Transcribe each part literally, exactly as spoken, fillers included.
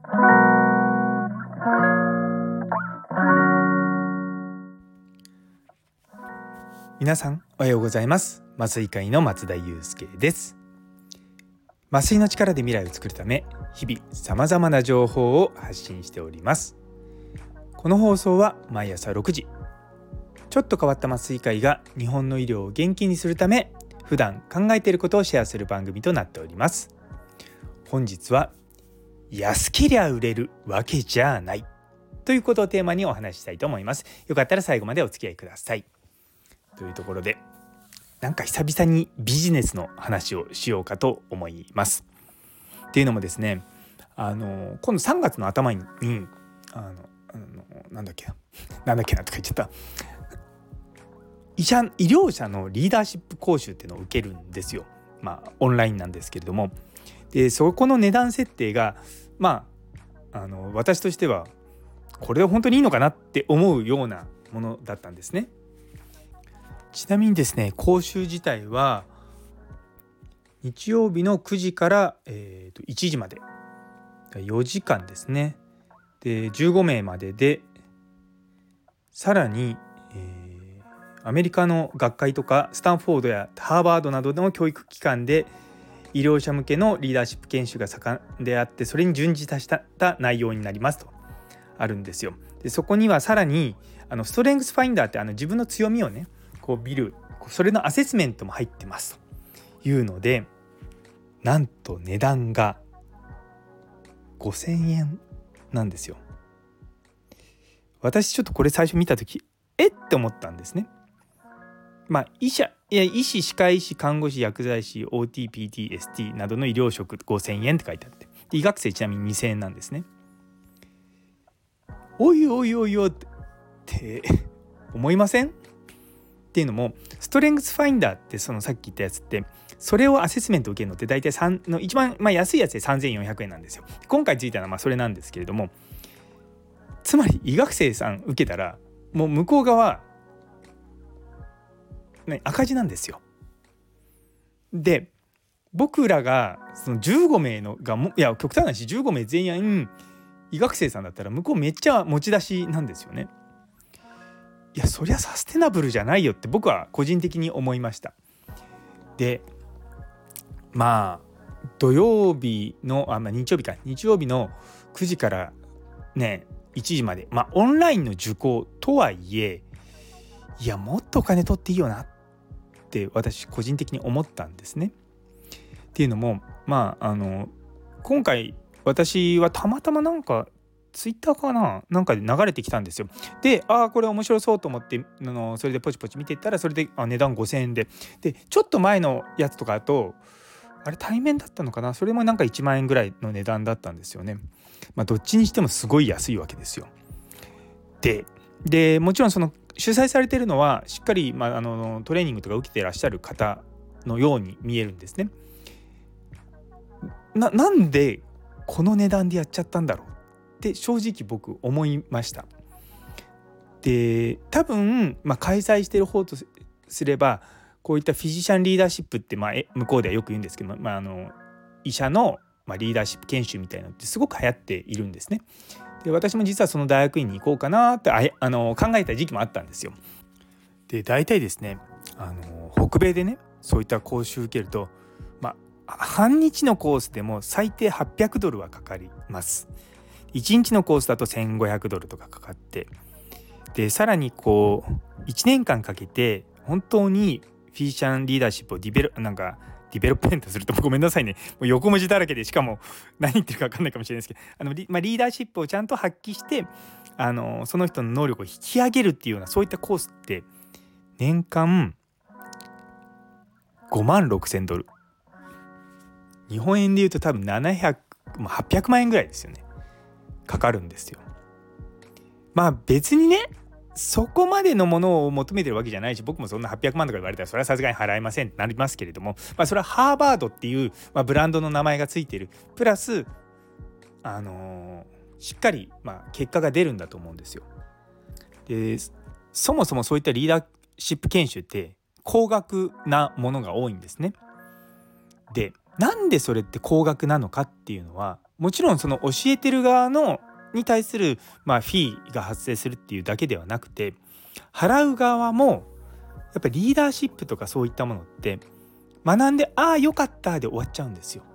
皆さんおはようございます。麻酔科医の松田祐介です。麻酔の力で未来を作るため、日々さまざまな情報を発信しております。この放送は毎朝ろくじ、ちょっと変わった麻酔科医が日本の医療を元気にするため、普段考えていることをシェアする番組となっております。本日は安けりゃ売れるわけじゃないということをテーマにお話ししたいと思います。よかったら最後までお付き合いください。というところで、なんか久々にビジネスの話をしようかと思います。っていうのもですね、あの今度さんがつの頭にあのあのなんだっけななんだっけなとか言っちゃった医者医療者のリーダーシップ講習っていうのを受けるんですよ。まあオンラインなんですけれども、でそこの値段設定がまああの私としてはこれで本当にいいのかなって思うようなものだったんですね。ちなみにですね、講習自体は日曜日のくじから、えー、といちじまでよじかんですね。でじゅうごめいまでで、さらに、えー、アメリカの学会とかスタンフォードやハーバードなどの教育機関で医療者向けのリーダーシップ研修が盛んであって、それに準じたした内容になりますとあるんですよ。でそこにはさらにあのストレングスファインダーってあの自分の強みをねこう見る、それのアセスメントも入ってますというので、なんと値段がごせんえんなんですよ。私ちょっとこれ最初見た時えって思ったんですね。まあ医者いや医師、歯科医師、看護師、薬剤師、 オーティー、ピーティー、エスティー などの医療職ごせんえんって書いてあって、で医学生ちなみににせんえんなんですね。おいおいおいおいって思いません？っていうのも、ストレングスファインダーってそのさっき言ったやつって、それをアセスメントを受けるのって大体さんの一番、まあ、安いやつでさんぜんよんひゃくえんなんですよ。今回ついたのはまあそれなんですけれども、つまり医学生さん受けたらもう向こう側、ね、赤字なんですよ。で僕らがそのじゅうごめいのがもいや極端な話じゅうごめい全員医学生さんだったら向こうめっちゃ持ち出しなんですよね。いやそりゃサステナブルじゃないよって僕は個人的に思いました。でまあ土曜日のあ、まあ、日曜日か日曜日のくじからねいちじまで、まあオンラインの受講とはいえ、いやもっとお金取っていいよなって私個人的に思ったんですね。っていうのもまああの今回私はたまたまなんかツイッターかななんかで流れてきたんですよ。で、ああこれ面白そうと思ってあのそれでポチポチ見ていったら、それであ値段ごせんえんで、でちょっと前のやつとかだとあれ対面だったのかな、それもなんかいちまんえんぐらいの値段だったんですよね。まあどっちにしてもすごい安いわけですよ。で、でもちろんその主催されているのはしっかり、まあ、あのトレーニングとか受けていらっしゃる方のように見えるんですね。な, なんでこの値段でやっちゃったんだろうって正直僕思いました。で多分、まあ、開催している方とすればこういったフィジシャンリーダーシップって、まあ、向こうではよく言うんですけど、まあ、あの医者の、まあ、リーダーシップ研修みたいなのってすごく流行っているんですね。で私も実はその大学院に行こうかなってああの考えた時期もあったんですよ。で大体ですねあの北米でねそういった講習を受けると、まあ、半日のコースでも最低はっぴゃくドルはかかります。いちにちのコースだとせんごひゃくドルとかかかって、でさらにこういちねんかんかけて本当にフィジシャンリーダーシップをディベロなんかディベロップメントすると、ごめんなさいねもう横文字だらけで、しかも何言ってるか分かんないかもしれないですけど、あのリ、まあ、リーダーシップをちゃんと発揮してあのその人の能力を引き上げるっていうようなそういったコースって年間ごまんろくせんドル、日本円でいうと多分ななひゃく、はっぴゃくまんえんぐらいですよね、かかるんですよ。まあ別にねそこまでのものを求めてるわけじゃないし、僕もそんなはっぴゃくまんとか言われたらそれはさすがに払えませんってなりますけれども、まあそれはハーバードっていう、まあ、ブランドの名前がついてるプラスあのー、しっかり、まあ、結果が出るんだと思うんですよ。でそもそもそういったリーダーシップ研修って高額なものが多いんですね。でなんでそれって高額なのかっていうのはもちろんその教えてる側のに対する、まあ、フィーが発生するっていうだけではなくて、払う側もやっぱりリーダーシップとかそういったものって学んで、ああよかったで終わっちゃうんですよ。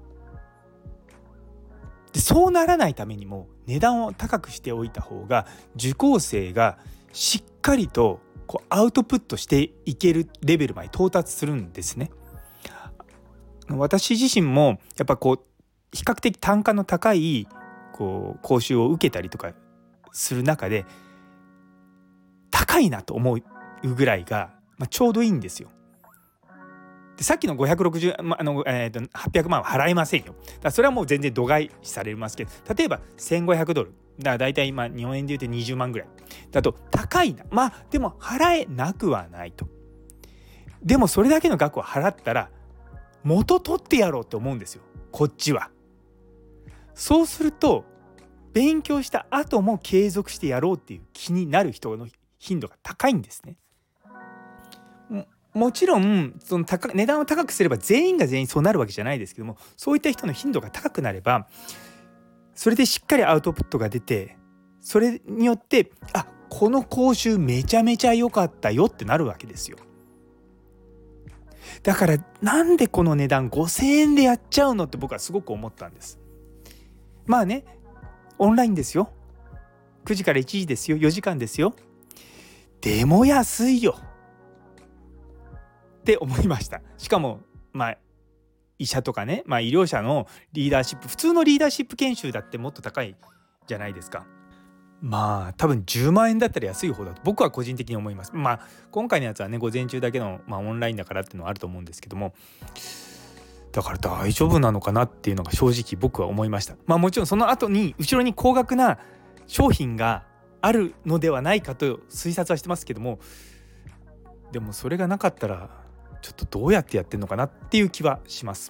でそうならないためにも値段を高くしておいた方が、受講生がしっかりとこうアウトプットしていけるレベルまで到達するんですね。私自身もやっぱこう比較的単価の高いこう講習を受けたりとかする中で、高いなと思うぐらいが、まあ、ちょうどいいんですよ。でさっきのごひゃくろくじゅう、まあのえー、とはっぴゃくまんは払えませんよ。だからそれはもう全然度外視されますけど、例えばせんごひゃくドルだからだいたい今日本円で言うとにじゅうまんぐらいだと高いな、まあでも払えなくはないと。でもそれだけの額を払ったら元取ってやろうって思うんですよ、こっちは。そうすると勉強した後も継続してやろうっていう気になる人の頻度が高いんですね。も, もちろんその高値段を高くすれば全員が全員そうなるわけじゃないですけども、そういった人の頻度が高くなれば、それでしっかりアウトプットが出て、それによってあこの講習めちゃめちゃ良かったよってなるわけですよ。だからなんでこの値段ごせんえんでやっちゃうのって僕はすごく思ったんです。まあね、オンラインですよ、くじからいちじですよ、よじかんですよ、でも安いよって思いました。しかもまあ医者とかね、まあ、医療者のリーダーシップ、普通のリーダーシップ研修だってもっと高いじゃないですか。まあ多分じゅうまんえんだったら安い方だと僕は個人的に思います。まあ今回のやつはね午前中だけの、まあ、オンラインだからっていうのはあると思うんですけども、だから大丈夫なのかなっていうのが正直僕は思いました。まあもちろんその後に後ろに高額な商品があるのではないかと推察はしてますけども、でもそれがなかったらちょっとどうやってやってんのかなっていう気はします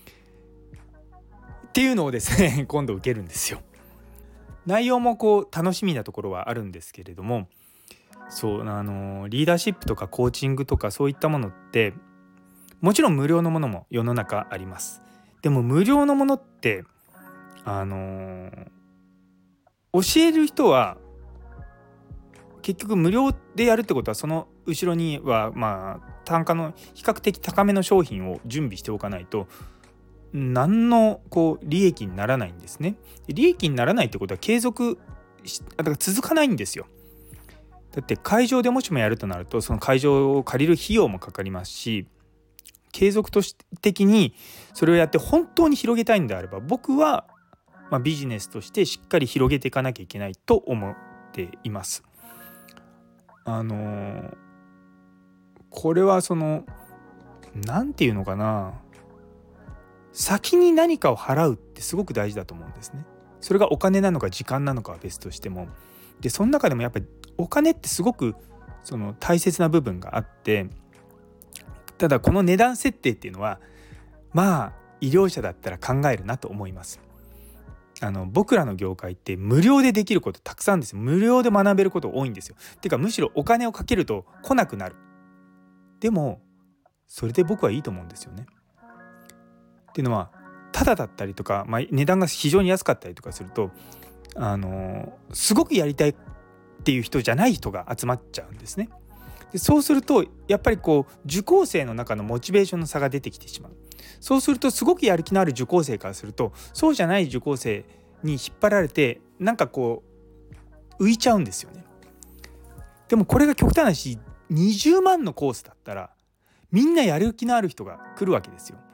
っていうのをですね今度受けるんですよ。内容もこう楽しみなところはあるんですけれども、そうあのリーダーシップとかコーチングとかそういったものってもちろん無料のものも世の中あります。でも無料のものってあの教える人は結局無料でやるってことは、その後ろにはまあ単価の比較的高めの商品を準備しておかないと何のこう利益にならないんですね。利益にならないってことは継続しだから続かないんですよ。だって会場でもしもやるとなると、その会場を借りる費用もかかりますし、継続的にそれをやって本当に広げたいんであれば、僕はまあビジネスとしてしっかり広げていかなきゃいけないと思っています。あのー、これはそのなんていうのかな、先に何かを払うってすごく大事だと思うんですね。それがお金なのか時間なのかは別としても、でその中でもやっぱりお金ってすごくその大切な部分があって、ただこの値段設定っていうのはまあ医療者だったら考えるなと思います。あの僕らの業界って無料でできることたくさんですよ。無料で学べること多いんですよ。てかむしろお金をかけると来なくなる。でもそれで僕はいいと思うんですよね。っていうのはタダだったりとか、まあ、値段が非常に安かったりとかすると、あのすごくやりたいっていう人じゃない人が集まっちゃうんですね。でそうするとやっぱりこう受講生の中のモチベーションの差が出てきてしまう。そうするとすごくやる気のある受講生からすると、そうじゃない受講生に引っ張られてなんかこう浮いちゃうんですよね。でもこれが極端な話にじゅうまんのコースだったらみんなやる気のある人が来るわけですよ。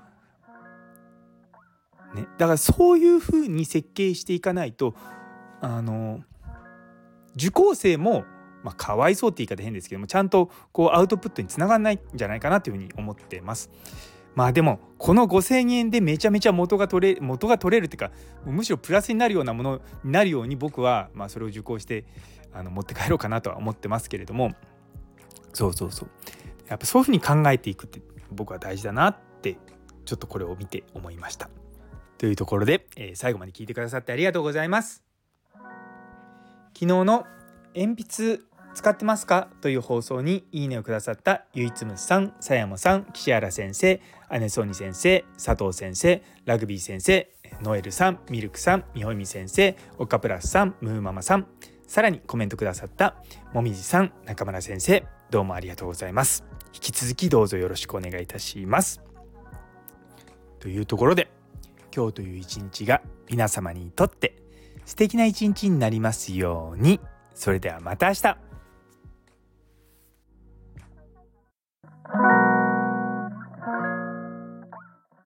ね、だからそういうふうに設計していかないと、あの受講生も、まあ、かわいそうって言い方変ですけども、ちゃんとこうアウトプットにつながらないんじゃないかなというふうに思ってます。まあでもこのごせんえんでめちゃめちゃ元が取れ元が取れるっていうか、むしろプラスになるようなものになるように僕はまあそれを受講してあの持って帰ろうかなとは思ってますけれども、そうそうそう、やっぱそういうふうに考えていくって僕は大事だなってちょっとこれを見て思いました。というところで、えー、最後まで聞いてくださってありがとうございます。昨日の鉛筆使ってますかという放送にいいねをくださったゆいつむさん、さやもさん、岸原先生、姉ソニ先生、佐藤先生、ラグビー先生、 ノエルさん、ミルクさん、みほみ先生、オカプラスさん、ムーママさん、さらにコメントくださったもみじさん、中村先生、どうもありがとうございます。引き続きどうぞよろしくお願いいたします。というところで、今日という一日が皆様にとって素敵な一日になりますように。それではまた明日。